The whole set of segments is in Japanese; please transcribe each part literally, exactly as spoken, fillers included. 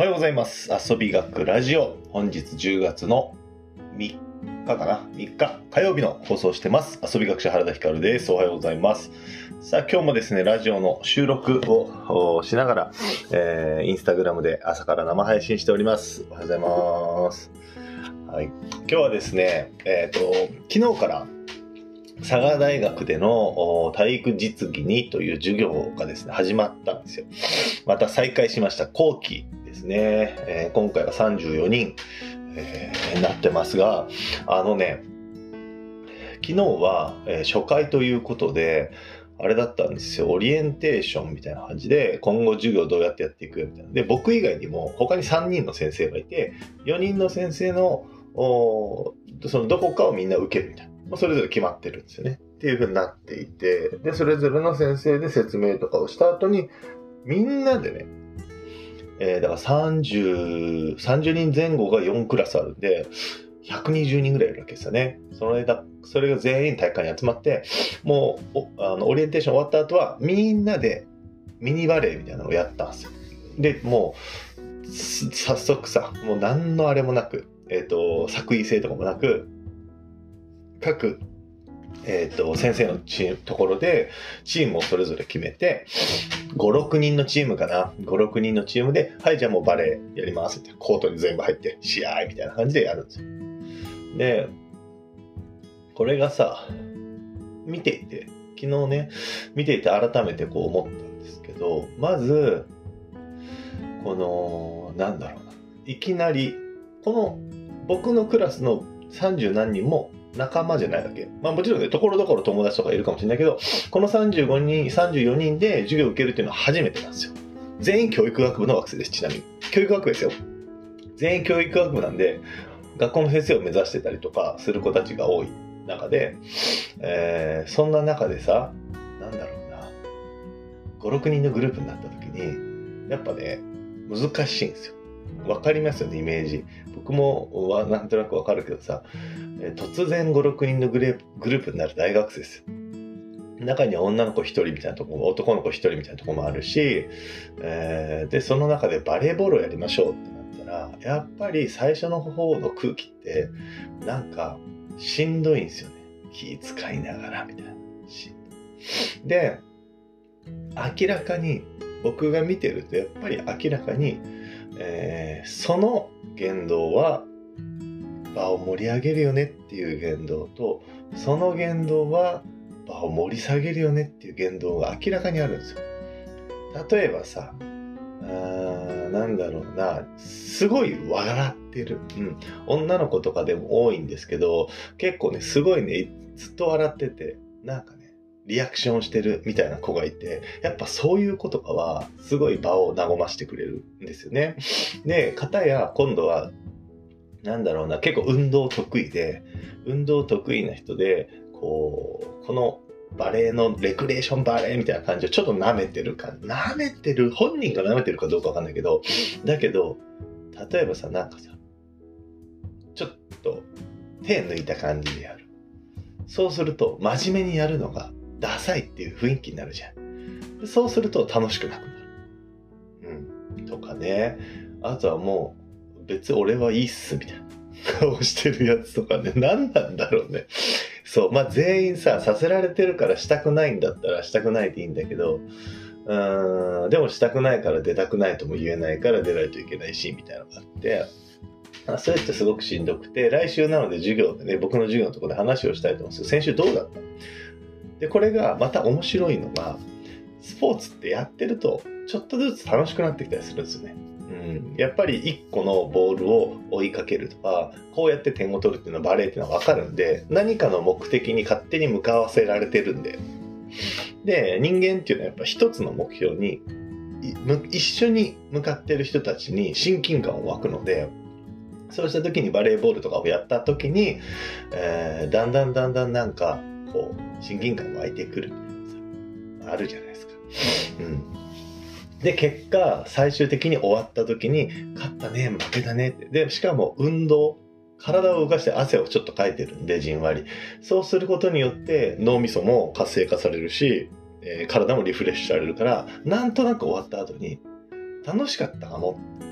はようございます。遊び学ラジオ。本日じゅうがつのみっかかな ?みっか火曜日の放送してます。遊び学者原田光です。おはようございます。さあ今日もですね、ラジオの収録をしながら、えー、インスタグラムで朝から生配信しております。おはようございます。はい、今日はですね、えっと、昨日から佐賀大学での体育実技にという授業がですね、始まったんですよ。また再開しました。後期ですね。えー、今回はさんじゅうよにん、えー、なってますが、あのね、昨日は、えー、初回ということで、あれだったんですよ。オリエンテーションみたいな感じで、今後授業どうやってやっていくみたいな。で、僕以外にも他にさんにんの先生がいて、よにんの先生の、おそのどこかをみんな受けるみたいな。それぞれ決まってるんですよね。っていう風になっていて、で、それぞれの先生で説明とかをした後に、みんなでね、えー、だからさんじゅう、さんじゅうにんぜん後がよんクラスあるんで、ひゃくにじゅうにんぐらいいるわけですよね。その間、それが全員体育館に集まって、もう、あの、オリエンテーション終わった後は、みんなでミニバレーみたいなのをやったんですよ。で、もう、早速さ、もう何のあれもなく、えっと、作為性とかもなく、各、えっと、先生のチーム、ところで、チームをそれぞれ決めて、ご、ろくにんのチームかな。ご、ろくにんのチームで、はい、じゃあもうバレーやりますって、コートに全部入って、試合みたいな感じでやるんですよ。で、これがさ、見ていて、昨日ね、見ていて改めてこう思ったんですけど、まず、この、なんだろうな。いきなり、この、僕のクラスのさんじゅう何人も仲間じゃないわけ。まあもちろんね、ところどころ友達とかいるかもしれないけど、このさんじゅうごにん、さんじゅうよにんで授業を受けるっていうのは初めてなんですよ。全員教育学部の学生です、ちなみに。教育学部ですよ。全員教育学部なんで、学校の先生を目指してたりとかする子たちが多い中で、えー、そんな中でさ、なんだろうな、ご、ろくにんのグループになった時に、やっぱね、難しいんですよ。わかりますよね、イメージ。僕もはなんとなくわかるけどさ、えー、突然ご、ろくにんのグループ、グループになる大学生です。中には女の子ひとりみたいなところも、男の子ひとりみたいなところもあるし、えー、で、その中でバレーボールをやりましょうってなったら、やっぱり最初の方の空気って、なんか、しんどいんですよね。気使いながら、みたいな。で、明らかに、僕が見てると、やっぱり明らかに、えー、その言動は場を盛り上げるよねっていう言動と、その言動は場を盛り下げるよねっていう言動が明らかにあるんですよ。例えばさ、あーなんだろうな、すごい笑ってる、うん、女の子とかでも多いんですけど、結構ね、すごいね、ずっと笑ってて、なんかね、リアクションしてるみたいな子がいて、やっぱそういう子とかはすごい場を和ましてくれるんですよね。で、片や今度はなんだろうな、結構運動得意で、運動得意な人で、こうこのバレーのレクレーションバレーみたいな感じをちょっと舐めてるか、舐めてる本人が舐めてるかどうかわかんないけど、だけど例えばさ、なんかさ、ちょっと手抜いた感じでやる。そうすると真面目にやるのがダサいっていう雰囲気になるじゃん。でそうすると楽しくなくなる。うん。とかね。あとはもう、別に俺はいいっす、みたいな顔してるやつとかね。何なんだろうね。そう。まあ、全員さ、させられてるからしたくないんだったらしたくないでいいんだけど、うーん、でもしたくないから出たくないとも言えないから出ないといけないし、みたいなのがあって、それってすごくしんどくて、来週なので授業でね、僕の授業のところで話をしたいと思うんですけど、先週どうだったで、これがまた面白いのが、スポーツってやってると、ちょっとずつ楽しくなってきたりするんですよね。うん、やっぱりいっこのボールを追いかけるとか、こうやって点を取るっていうのはバレーっていうのは分かるんで、何かの目的に勝手に向かわせられてるんで。で、人間っていうのはやっぱ一つの目標に、一緒に向かってる人たちに親近感を湧くので、そうした時にバレーボールとかをやった時に、えー、だんだんだんだんなんか、こう、親近感が湧いてくるみたいなさ、あるじゃないですか。うん。で、結果、最終的に終わった時に、勝ったね、負けたねって。で、しかも運動、体を動かして汗をちょっとかいてるんで、じんわり。そうすることによって脳みそも活性化されるし、えー、体もリフレッシュされるから、なんとなく終わった後に、楽しかったかも。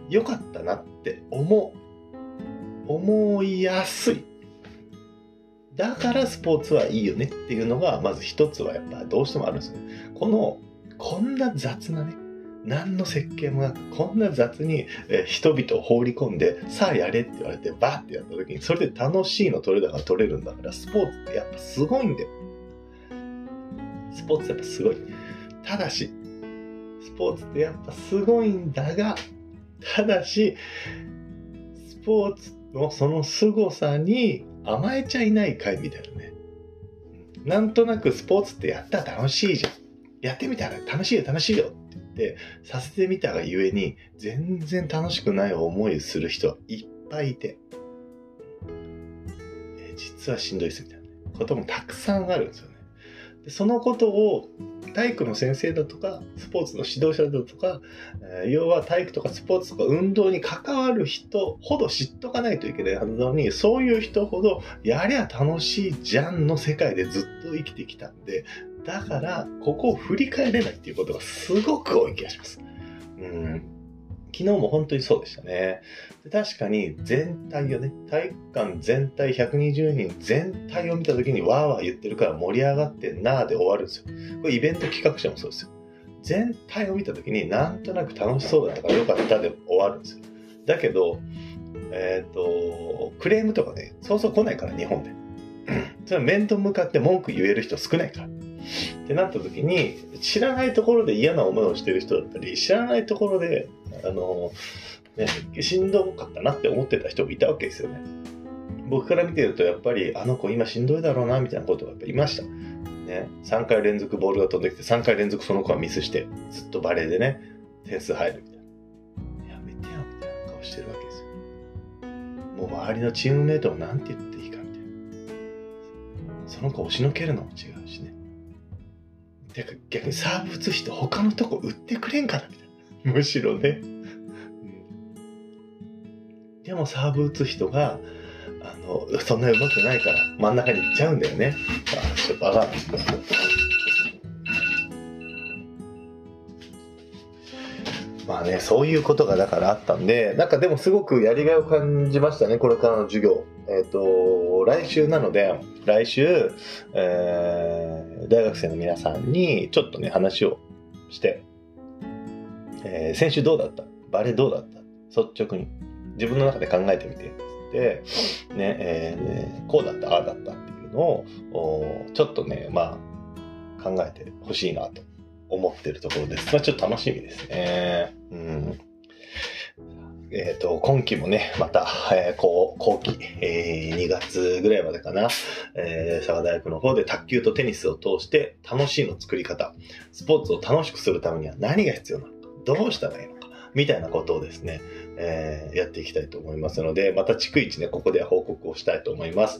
良かったなって思う、思いやすい。だからスポーツはいいよねっていうのがまず一つはやっぱどうしてもあるんですよ。このこんな雑なね、何の設計もなくこんな雑に人々を放り込んでさあやれって言われてバーってやった時にそれで楽しいの取れたから取れるんだから、スポーツってやっぱすごいんだよ。スポーツってやっぱすごい。ただしスポーツってやっぱすごいんだが、ただしスポーツのその凄さに甘えちゃいないかいみたいなね。なんとなくスポーツってやったら楽しいじゃん、やってみたら楽しいよ楽しいよって言ってさせてみたがゆえに全然楽しくない思いする人はいっぱいいて、え実はしんどいですみたいなこともたくさんあるんですよね。でそのことを体育の先生だとかスポーツの指導者だとか、えー、要は体育とかスポーツとか運動に関わる人ほど知っとかないといけないはずなのに、そういう人ほどやりゃ楽しいじゃんの世界でずっと生きてきたんで、だからここを振り返れないっていうことがすごく多い気がします。うん昨日も本当にそうでしたね。で確かに全体をね、体育館全体ひゃくにじゅうにん全体を見た時にわーわー言ってるから盛り上がってんなーで終わるんですよ。これイベント企画者もそうですよ。全体を見た時になんとなく楽しそうだったからよかったで終わるんですよ。だけど、えっと、クレームとかね、そうそう来ないから日本で。それは面と向かって文句言える人少ないから。ってなった時に知らないところで嫌な思いをしてる人だったり、知らないところであの、ね、しんどかったなって思ってた人もいたわけですよね。僕から見てるとやっぱりあの子今しんどいだろうなみたいなことがやっぱいました、ね、さんかい連続ボールが飛んできてさんかい連続その子はミスしてずっとバレーでね点数入るみたいな、やめてよみたいな顔してるわけですよ。もう周りのチームメイトもなんて言っていいかみたいな、その子押しのけるのも違うしね。てか逆にサーブ打つ人他のとこ打ってくれんかなみたいな、むしろね、うん、でもサーブ打つ人があのそんな上手くないから真ん中に行っちゃうんだよね。あちょっとバカまあね、そういうことがだからあったんで、なんかでもすごくやりがいを感じましたね、これからの授業。えっと、来週なので、来週、えー、大学生の皆さんにちょっとね、話をして、えー、先週どうだった？バレーどうだった？率直に。自分の中で考えてみて。で、ね、えー、こうだった、ああだったっていうのを、ちょっとね、まあ、考えてほしいなと思ってるところです。まあ、ちょっと楽しみですね。うん。えっと、今期もね、また、えー、後後期、えー、にがつぐらいまでかな、えー、佐賀大学の方で卓球とテニスを通して楽しいの作り方、スポーツを楽しくするためには何が必要なのか、どうしたらいいのか、みたいなことをですね、えー、やっていきたいと思いますので、また逐一ね、ここで報告をしたいと思います。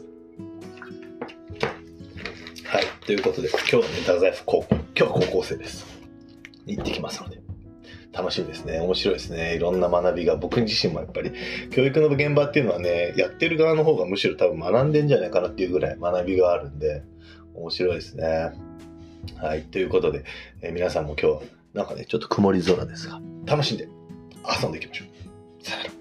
はい、ということで、今日のね、太宰府高校、今日は高校生です。行ってきますので。楽しみですね。面白いですね。いろんな学びが、僕自身もやっぱり教育の現場っていうのはね、やってる側の方がむしろ多分学んでんじゃないかなっていうぐらい学びがあるんで面白いですね。はい、ということで、えー、皆さんも今日はなんかねちょっと曇り空ですが楽しんで遊んでいきましょう。さよなら。